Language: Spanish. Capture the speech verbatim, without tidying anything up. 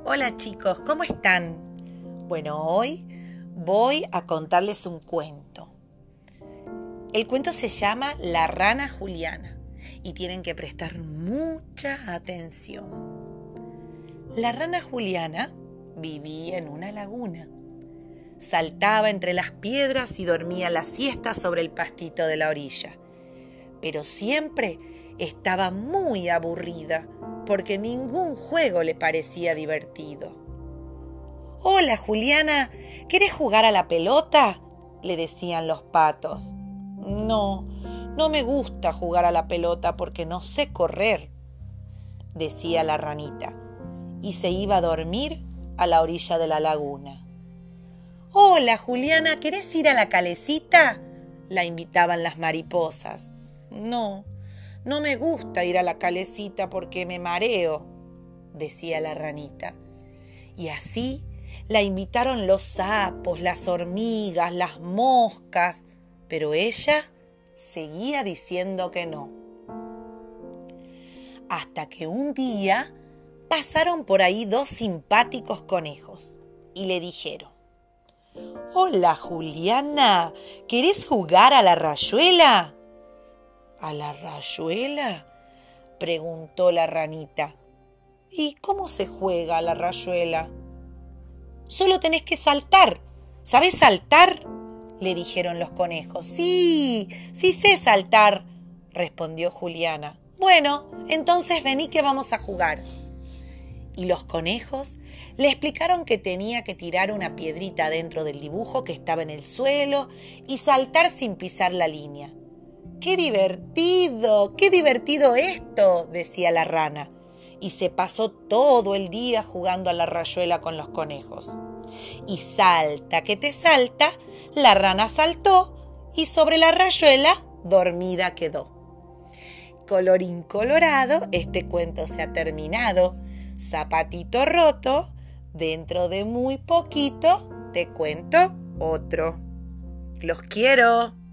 Hola chicos, ¿cómo están? Bueno, hoy voy a contarles un cuento. El cuento se llama La rana Juliana y tienen que prestar mucha atención. La rana Juliana vivía en una laguna. Saltaba entre las piedras y dormía la siesta sobre el pastito de la orilla. Pero siempre estaba muy aburrida porque ningún juego le parecía divertido. «Hola, Juliana, ¿querés jugar a la pelota?», le decían los patos. «No, no me gusta jugar a la pelota porque no sé correr», decía la ranita, y se iba a dormir a la orilla de la laguna. «Hola, Juliana, ¿querés ir a la calecita?», la invitaban las mariposas. «No, no me gusta ir a la calecita porque me mareo», decía la ranita. Y así la invitaron los sapos, las hormigas, las moscas, pero ella seguía diciendo que no. Hasta que un día pasaron por ahí dos simpáticos conejos y le dijeron: «Hola, Juliana, ¿querés jugar a la rayuela?». «¿A la rayuela?», preguntó la ranita. «¿Y cómo se juega a la rayuela?». «Solo tenés que saltar. ¿Sabés saltar?», le dijeron los conejos. «Sí, sí sé saltar», respondió Juliana. «Bueno, entonces vení que vamos a jugar». Y los conejos le explicaron que tenía que tirar una piedrita dentro del dibujo que estaba en el suelo y saltar sin pisar la línea. «¡Qué divertido! ¡Qué divertido esto!», decía la rana, y se pasó todo el día jugando a la rayuela con los conejos. Y salta que te salta, la rana saltó y sobre la rayuela dormida quedó. Colorín colorado, este cuento se ha terminado. Zapatito roto, dentro de muy poquito te cuento otro. ¡Los quiero!